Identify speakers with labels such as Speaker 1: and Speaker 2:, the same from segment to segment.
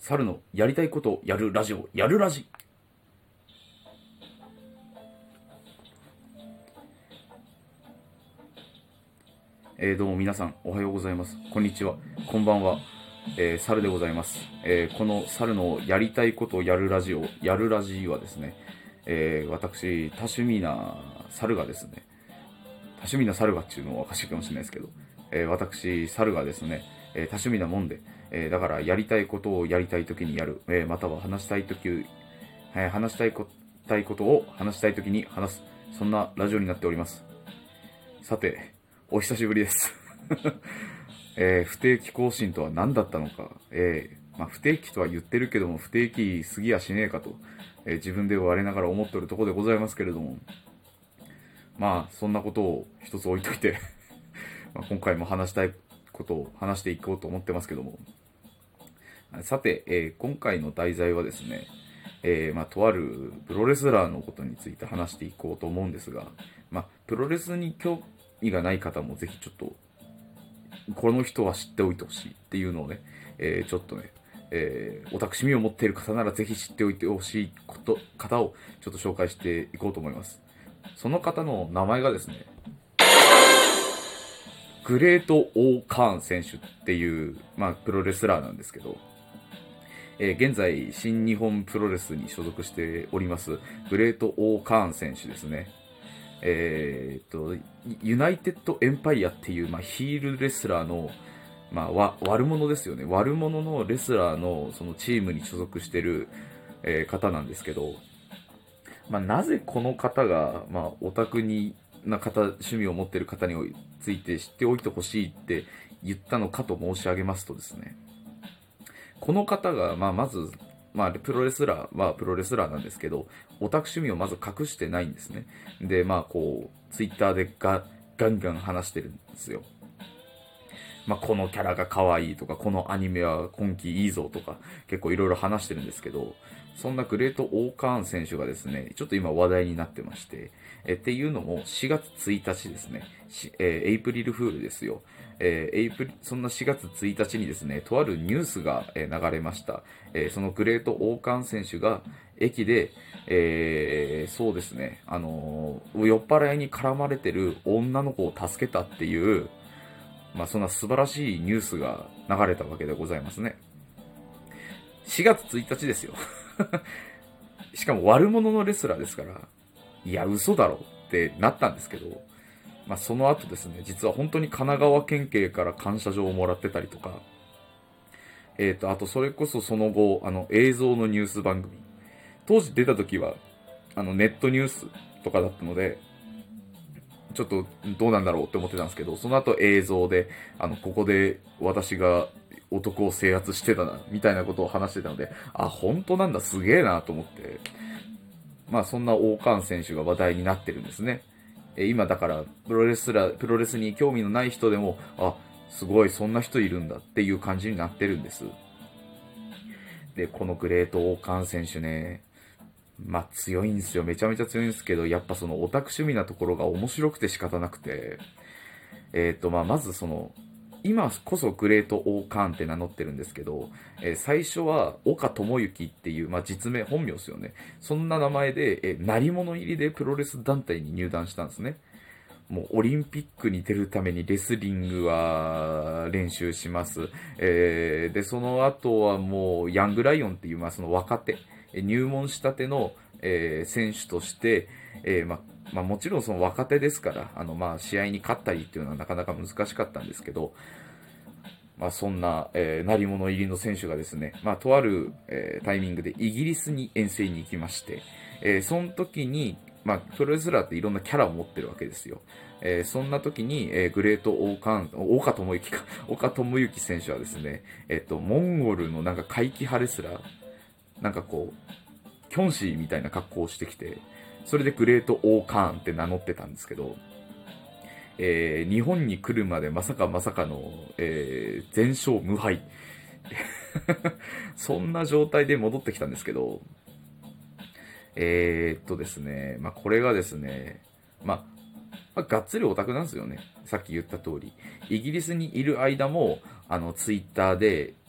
Speaker 1: 猿のやりたいことをやるラジオ、やるラジ。どうも皆さんおはようございます。こんにちは。こんばんは。猿でございます。この猿のやりたいことをやるラジオ、やるラジはですね、私、多趣味な猿がですね、多趣味な猿がっていうのはおかしいかもしれないですけど、私、猿がですね、多趣味なもんで、だからやりたいことをやりたいときにやる、または話したいとき、話したいことを話したいときに話す、そんなラジオになっております。さて、お久しぶりです。不定期更新とは何だったのか、不定期とは言ってるけども、不定期すぎやしねえかと、自分で我ながら思っておるところでございますけれども、まあ、そんなことを一つ置いといて、今回も話したいことを話していこうと思ってますけども、さて、今回の題材はですね、とあるプロレスラーのことについて話していこうと思うんですが、プロレスに興味がない方もぜひちょっと、この人は知っておいてほしいっていうのをね、ちょっとね、オタク趣味を持っている方ならぜひ知っておいてほしい方をちょっと紹介していこうと思います。その方の名前がですね、グレート・オー・カーン選手っていう、プロレスラーなんですけど、現在、新日本プロレスに所属しております、グレート・オー・カーン選手ですね。ユナイテッド・エンパイアっていう、ヒールレスラーの、悪者ですよね。悪者のレスラーのそのチームに所属してる、方なんですけど、なぜこの方が、オタクな趣味を持っている方について知っておいてほしいって言ったのかと申し上げますとですね、この方が、まず、プロレスラーはプロレスラーなんですけど、オタク趣味をまず隠してないんですね。で、ツイッターでガンガン話してるんですよ。このキャラが可愛いとか、このアニメは今季いいぞとか、結構いろいろ話してるんですけど、そんなグレート・オーカーン選手がですね、ちょっと今話題になってまして、っていうのも4月1日ですね、エイプリルフールですよ。そんな4月1日にですね、とあるニュースが、流れました。そのグレート・オーカーン選手が駅で、そうですね、酔っ払いに絡まれてる女の子を助けたっていう、そんな素晴らしいニュースが流れたわけでございますね。4月1日ですよ。しかも悪者のレスラーですから、いや、嘘だろってなったんですけど、その後ですね、実は本当に神奈川県警から感謝状をもらってたりとか、あとそれこそその後、映像のニュース番組。当時出た時は、ネットニュースとかだったので、ちょっとどうなんだろうって思ってたんですけど、その後映像で、ここで私が男を制圧してたな、みたいなことを話してたので、本当なんだ、すげえなと思って、そんな王冠選手が話題になってるんですね。今だから、プロレスに興味のない人でも、すごい、そんな人いるんだっていう感じになってるんです。で、このグレート王冠選手ね、強いんですよ。めちゃめちゃ強いんですけど、やっぱそのオタク趣味なところが面白くて仕方なくて、まずその、今こそグレート・オー・カーンって名乗ってるんですけど、最初は岡智之っていう、実名、本名ですよね。そんな名前で、鳴り物入りでプロレス団体に入団したんですね。もうオリンピックに出るためにレスリングは練習します。で、その後はもうヤングライオンっていう、その若手、入門したての、選手として、もちろんその若手ですから、試合に勝ったりっていうのはなかなか難しかったんですけど、そんな、鳴り物入りの選手がですね、とある、タイミングでイギリスに遠征に行きまして、その時に、プロレスラーっていろんなキャラを持ってるわけですよ。そんな時に、グレート・オーカーン、岡智之か、岡智之選手はですね、モンゴルのなんか怪奇派レスラー、なんかこう、キョンシーみたいな格好をしてきて、それでグレート・オー・カーンって名乗ってたんですけど、日本に来るまでまさかの、全勝無敗。そんな状態で戻ってきたんですけど、ですね、これがですね、がっつりオタクなんですよね。さっき言った通り。イギリスにいる間も、ツイッターで、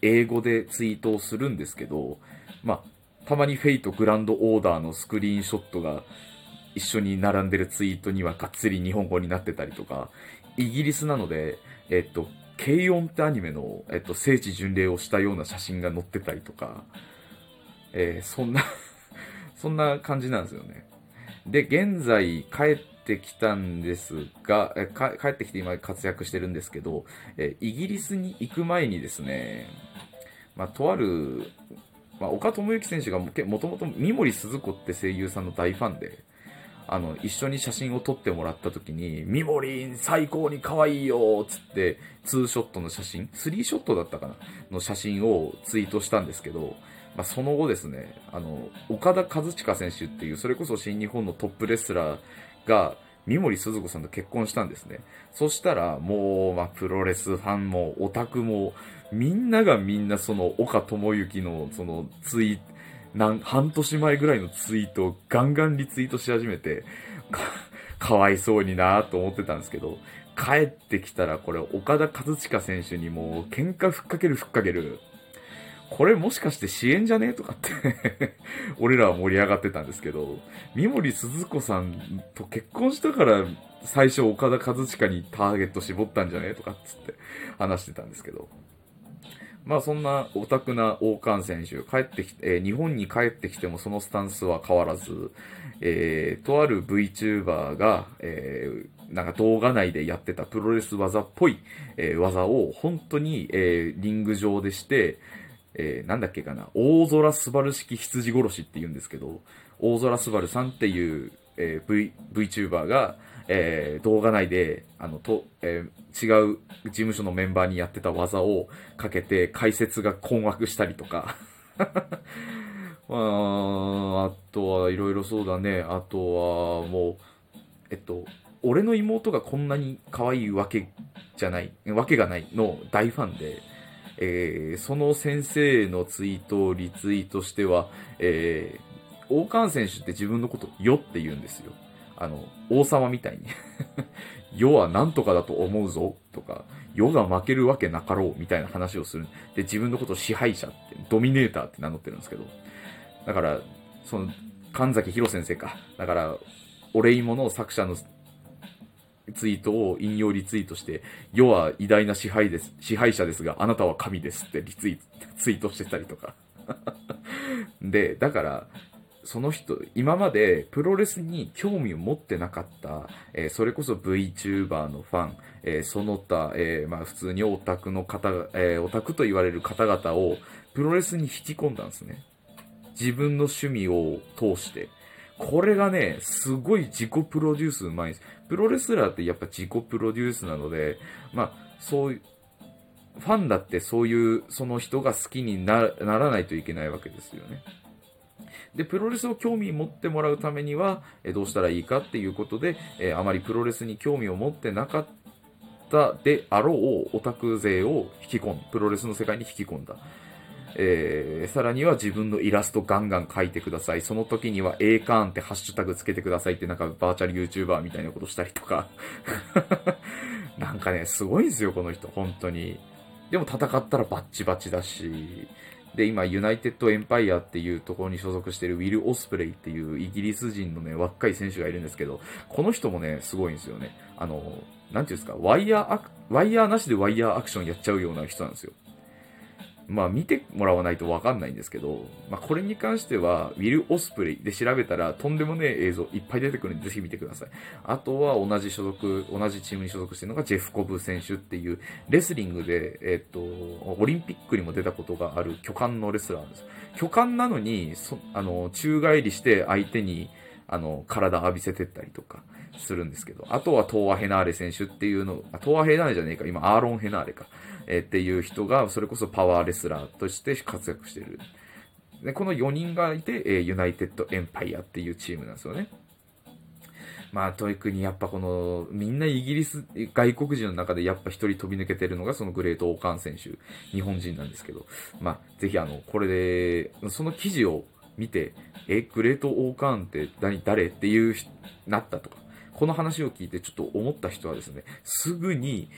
Speaker 1: 英語でツイートをするんですけど、まあ、たまにフェイトグランドオーダーのスクリーンショットが一緒に並んでるツイートにはがっつり日本語になってたりとか、イギリスなので、軽音ってアニメの、聖地巡礼をしたような写真が載ってたりとか、そんなそんな感じなんですよね。で、現在帰ってきたんですが、帰ってきて今活躍してるんですけど、イギリスに行く前にですね、まあ、とある、まあ、岡智之選手がもともと三森すず子って声優さんの大ファンで、一緒に写真を撮ってもらった時に、三森最高に可愛いよつって、ツーショットの写真、スリーショットだったかなの写真をツイートしたんですけど、まあ、その後ですね、岡田和親選手っていう、それこそ新日本のトップレスラーが、三森すず子さんと結婚したんですね。そしたら、もう、まあ、プロレスファンも、オタクも、みんながみんなその、岡智之の、その、半年前ぐらいのツイートをガンガンリツイートし始めて、かわいそうになと思ってたんですけど、帰ってきたらこれ、岡田和親選手にもう、喧嘩ふっかける。これもしかして支援じゃねえとかって俺らは盛り上がってたんですけど、三森すず子さんと結婚したから最初岡田和親にターゲット絞ったんじゃねえとかっつって話してたんですけど、まあそんなオタクな王冠選手、帰ってきて、日本に帰ってきてもそのスタンスは変わらず、とある VTuber が、なんか動画内でやってたプロレス技っぽい、技を本当に、リング上でして、なんだっけかな、大空すばる式羊殺しって言うんですけど、大空すばるさんっていう、VTuber が、動画内で、違う事務所のメンバーにやってた技をかけて解説が困惑したりとか、まあとはいろいろそうだね、あとはもう、俺の妹がこんなに可愛いわけがないの大ファンで、その先生のツイートをリツイートしては、王冠選手って自分のことよって言うんですよ。王様みたいに世はなんとかだと思うぞとか、世が負けるわけなかろうみたいな話をする。で、自分のことを支配者って、ドミネーターって名乗ってるんですけど。だから、その、神崎博先生か。だから、俺芋の作者のツイートを引用リツイートして、世は偉大な支配者ですが、あなたは神ですってツイートしてたりとか。で、だから、その人、今までプロレスに興味を持ってなかった、それこそ VTuber のファン、その他、まあ普通にオタクの方、オタクと言われる方々をプロレスに引き込んだんですね。自分の趣味を通して。これがね、すごい自己プロデュースうまいです。プロレスラーってやっぱ自己プロデュースなので、まあ、そういう、ファンだってそういう、その人が好きにならないといけないわけですよね。で、プロレスを興味持ってもらうためには、どうしたらいいかっていうことで、あまりプロレスに興味を持ってなかったであろうオタク勢を引き込んだ。プロレスの世界に引き込んだ。さらには自分のイラストガンガン描いてください。その時には A カーンってハッシュタグつけてくださいってなんかバーチャル YouTuber みたいなことしたりとか。なんかね、すごいんですよ、この人、本当に。でも戦ったらバッチバチだし、で、今、ユナイテッドエンパイアっていうところに所属しているウィル・オスプレイっていうイギリス人のね、若い選手がいるんですけど、この人もね、すごいんですよね。なんていうんですか、ワイヤーなしでワイヤーアクションやっちゃうような人なんですよ。まあ見てもらわないとわかんないんですけど、まあこれに関しては、ウィル・オスプレイで調べたらとんでもねえ映像いっぱい出てくるんでぜひ見てください。あとは同じチームに所属しているのがジェフ・コブ選手っていう、レスリングで、オリンピックにも出たことがある巨漢のレスラーです。巨漢なのに、宙返りして相手に、体浴びせてったりとかするんですけど、あとはトーア・ヘナーレ選手っていうの、トーア・ヘナーレじゃねえか、今アーロン・ヘナーレか。っていう人が、それこそパワーレスラーとして活躍している。で、この4人がいて、ユナイテッドエンパイアっていうチームなんですよね。まあ、特にやっぱこの、みんなイギリス、外国人の中でやっぱ一人飛び抜けてるのがそのグレート・オーカーン選手、日本人なんですけど、まあ、ぜひこれで、その記事を見て、グレート・オーカーンって誰っていうなったとか、この話を聞いてちょっと思った人はですね、すぐに、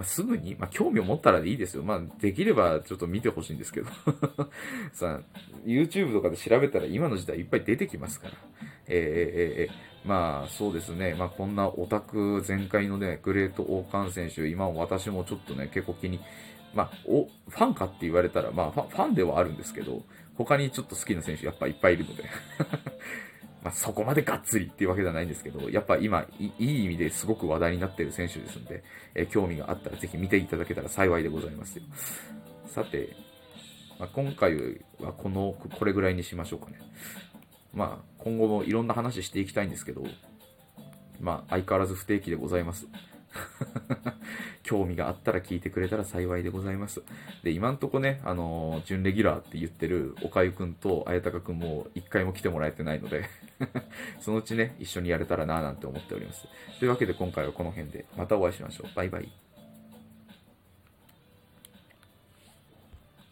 Speaker 1: すぐに、興味を持ったらいいですよ。できればちょっと見てほしいんですけど。さあ、YouTube とかで調べたら今の時代いっぱい出てきますから。そうですね。こんなオタク全開のね、グレート王冠選手、今私もちょっとね、結構ファンかって言われたら、ファンではあるんですけど、他にちょっと好きな選手やっぱいっぱいいるので。そこまでがっつりっていうわけではないんですけど、やっぱ今、いい意味ですごく話題になっている選手ですので、興味があったらぜひ見ていただけたら幸いでございますよ。さて、今回はこれぐらいにしましょうかね。今後もいろんな話していきたいんですけど、相変わらず不定期でございます。興味があったら聞いてくれたら幸いでございます。で、今んとこね、準レギュラーって言ってるおかゆくんとあやたかくんも一回も来てもらえてないのでそのうちね、一緒にやれたらなぁなんて思っております。というわけで今回はこの辺で、またお会いしましょう。バイバイ。